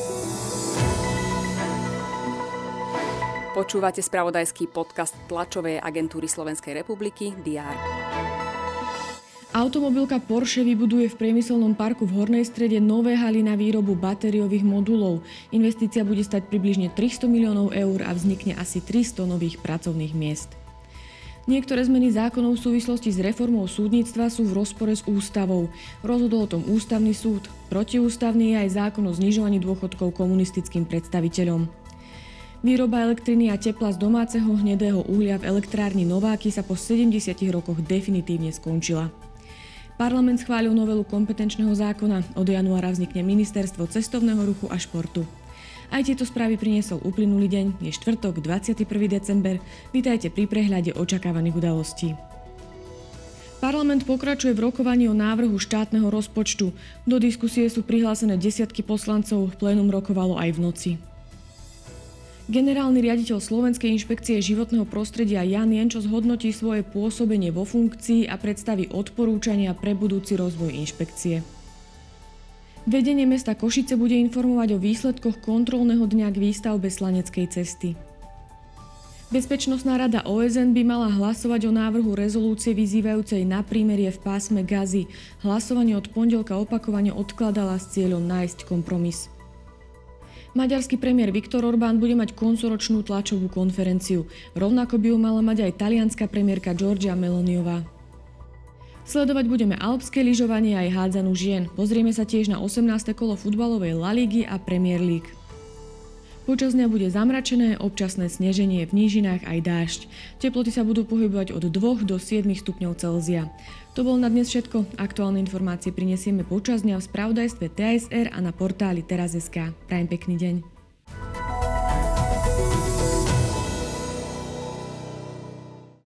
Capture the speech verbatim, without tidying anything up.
Počúvate spravodajský podcast tlačovej agentúry Slovenskej republiky dé er. Automobilka Porsche vybuduje v priemyselnom parku v Hornej Strede nové haly na výrobu batériových modulov. Investícia bude stať približne tristo miliónov eur a vznikne asi tristo nových pracovných miest. Niektoré zmeny zákonov v súvislosti s reformou súdnictva sú v rozpore s ústavou. Rozhodol o tom ústavný súd. Protiústavný je aj zákon o znižovaní dôchodkov komunistickým predstaviteľom. Výroba elektriny a tepla z domáceho hnedého uhlia v elektrárni Nováky sa po sedemdesiatich rokoch definitívne skončila. Parlament schválil novelu kompetenčného zákona. Od januára vznikne ministerstvo cestovného ruchu a športu. Aj tieto správy priniesol uplynulý deň, je štvrtok, dvadsiateho prvého december. Vítajte pri prehľade očakávaných udalostí. Parlament pokračuje v rokovaní o návrhu štátneho rozpočtu. Do diskusie sú prihlásené desiatky poslancov, plénum rokovalo aj v noci. Generálny riaditeľ Slovenskej inšpekcie životného prostredia Jan Jenčo zhodnotí svoje pôsobenie vo funkcii a predstaví odporúčania pre budúci rozvoj inšpekcie. Vedenie mesta Košice bude informovať o výsledkoch kontrolného dňa k výstavbe Slaneckej cesty. Bezpečnostná rada ó es en by mala hlasovať o návrhu rezolúcie vyzývajúcej na prímerie v pásme Gazy. Hlasovanie od pondelka opakovane odkladala s cieľom nájsť kompromis. Maďarský premiér Viktor Orbán bude mať koncoročnú tlačovú konferenciu. Rovnako by ju mala mať aj talianska premiérka Giorgia Meloniová. Sledovať budeme alpské lyžovanie aj hádzanú žien. Pozrieme sa tiež na osemnáste kolo futbalovej La Ligy a Premier League. Počas dňa bude zamračené, občasné sneženie, v nížinách aj dážď. Teploty sa budú pohybovať od dvoch do siedmich stupňov Celzia. To bolo na dnes všetko. Aktuálne informácie prinesieme počas dňa v spravodajstve té es er a na portáli teraz bodka es ká. Prajem pekný deň.